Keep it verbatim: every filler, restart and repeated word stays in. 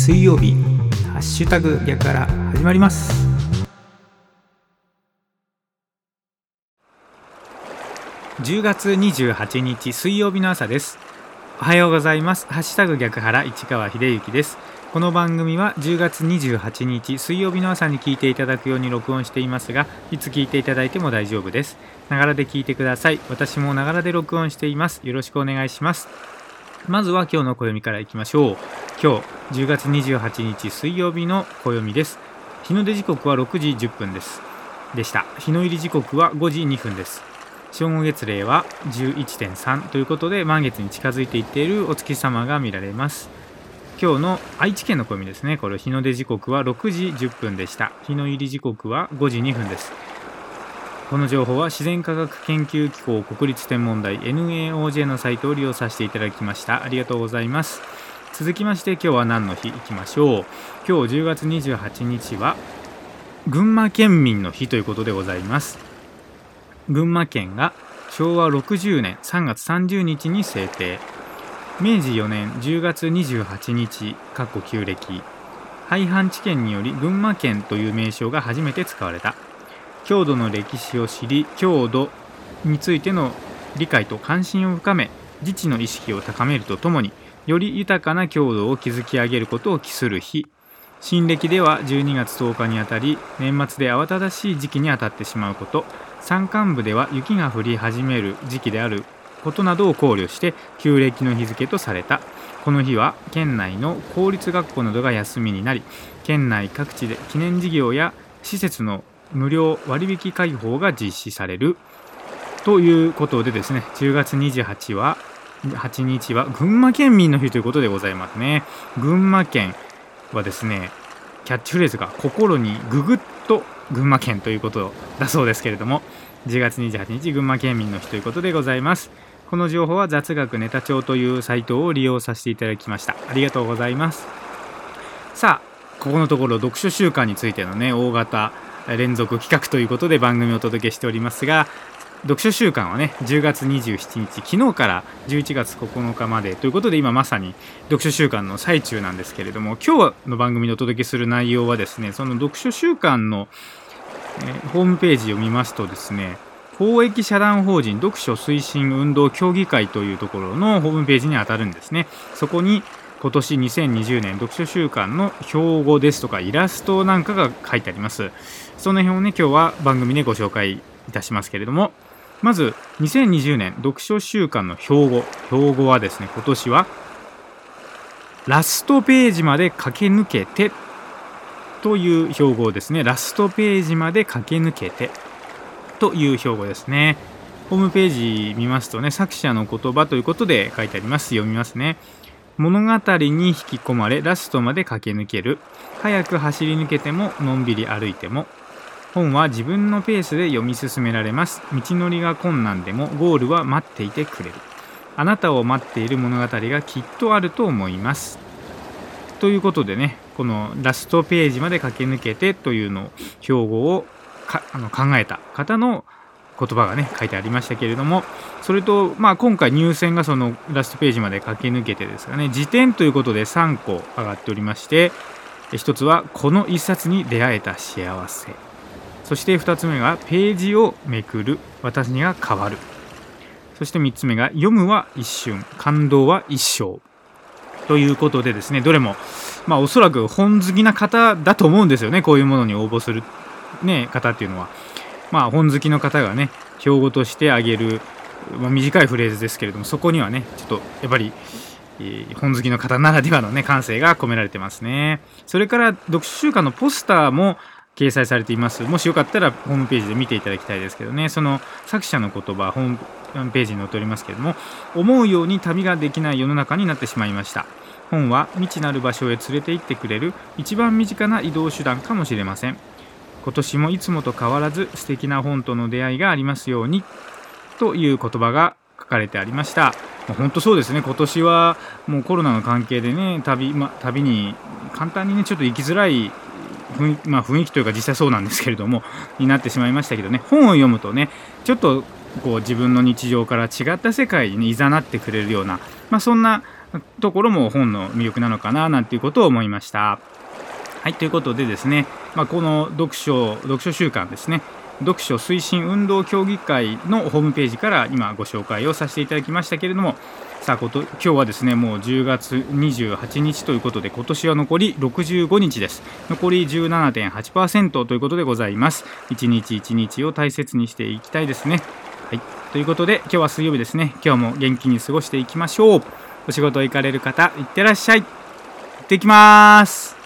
水曜日ハッシュタグ逆から始まります。じゅうがつにじゅうはちにち水曜日の朝です。おはようございます。ハッシュタグ逆原市川秀幸です。この番組はじゅうがつにじゅうはちにち水曜日の朝に聞いていただくように録音していますが、いつ聞いていただいても大丈夫です。ながらで聞いてください。私もながらで録音しています。よろしくお願いします。まずは今日の暦からいきましょう。今日じゅうがつにじゅうはちにち水曜日の暦です。日の出時刻はろくじじゅっぷんですでした。日の入り時刻はごじにふんです。正午月齢は じゅういってんさん ということで、満月に近づいていっているお月様が見られます。今日の愛知県の暦ですね。これ日の出時刻はろくじじゅっぷんでした。日の入り時刻はごじにふんです。この情報は自然科学研究機構国立天文台 エヌエーオージェー のサイトを利用させていただきました。ありがとうございます。続きまして今日は何の日いきましょう。今日じゅうがつにじゅうはちにちは群馬県民の日ということでございます。群馬県がしょうわろくじゅうねんさんがつさんじゅうにちに制定。めいじよねんじゅうがつにじゅうはちにち旧暦廃藩置県により群馬県という名称が初めて使われた。郷土の歴史を知り、郷土についての理解と関心を深め、自治の意識を高めるとともに、より豊かな郷土を築き上げることを期する日。新暦ではじゅうにがつとおかにあたり、年末で慌ただしい時期にあたってしまうこと、山間部では雪が降り始める時期であることなどを考慮して旧暦の日付とされた。この日は県内の公立学校などが休みになり、県内各地で記念事業や施設の無料割引開放が実施されるということでですね、じゅうがつにじゅうはちにちは群馬県民の日ということでございますね。群馬県はですね、キャッチフレーズが心にググッと群馬県ということだそうですけれども、じゅうがつにじゅうはちにち群馬県民の日ということでございます。この情報は雑学ネタ帳というサイトを利用させていただきました。ありがとうございます。さあ、ここのところ読書週間についてのね、大型連続企画ということで番組をお届けしておりますが、読書週間はね、じゅうがつにじゅうしちにち、昨日からじゅういちがつここのかまでということで、今まさに読書週間の最中なんですけれども、今日の番組でお届けする内容はですね、その読書週間の、えー、ホームページを見ますとですね、公益社団法人読書推進運動協議会というところのホームページに当たるんですね。そこに今年にせんにじゅうねん読書週間の標語ですとかイラストなんかが書いてあります。その辺をね、今日は番組でご紹介いたしますけれども、まずにせんにじゅうねん読書週間の標語標語はですね、今年はラストページまで駆け抜けてという標語ですね。ラストページまで駆け抜けてという標語ですね。ホームページ見ますとね、作者の言葉ということで書いてあります。読みますね。物語に引き込まれラストまで駆け抜ける。早く走り抜けてものんびり歩いても。本は自分のペースで読み進められます。道のりが困難でもゴールは待っていてくれる。あなたを待っている物語がきっとあると思います。ということでね、このラストページまで駆け抜けてというのを標語をかあの考えた方の言葉がね書いてありましたけれども、それと、まあ、今回入選がそのラストページまで駆け抜けてですがね、辞典ということでさんこ上がっておりまして、ひとつはこの一冊に出会えた幸せ、そしてふたつめがページをめくる私が変わる、そしてみっつめが読むは一瞬感動は一生ということでですね、どれもまあおそらく本好きな方だと思うんですよね。こういうものに応募する、ね、方っていうのは、まあ本好きの方がね標語として挙げる、まあ、短いフレーズですけれども、そこにはねちょっとやっぱり、えー、本好きの方ならではのね感性が込められてますね。それから読書週間のポスターも掲載されています。もしよかったらホームページで見ていただきたいですけどね、その作者の言葉ホームページに載っておりますけれども、思うように旅ができない世の中になってしまいました。本は未知なる場所へ連れて行ってくれる一番身近な移動手段かもしれません。今年もいつもと変わらず素敵な本との出会いがありますようにという言葉が書かれてありました。本当そうですね。今年はもうコロナの関係でね、旅、ま、旅に簡単にねちょっと行きづらい雰囲気、まあ、雰囲気というか実際そうなんですけれどもになってしまいましたけどね、本を読むとねちょっとこう自分の日常から違った世界に、ね、誘ってくれるような、まあ、そんなところも本の魅力なのかななんていうことを思いました。はい、ということでですね、まあ、この読書読書週間ですね、読書推進運動協議会のホームページから今ご紹介をさせていただきましたけれども、さあこと今日はですねもうじゅうがつにじゅうはちにちということで、今年は残りろくじゅうごにちです。残り じゅうななてんはちパーセント ということでございます。一日一日を大切にしていきたいですね。はい、ということで今日は水曜日ですね。今日も元気に過ごしていきましょう。お仕事行かれる方、いってらっしゃい。行ってきます。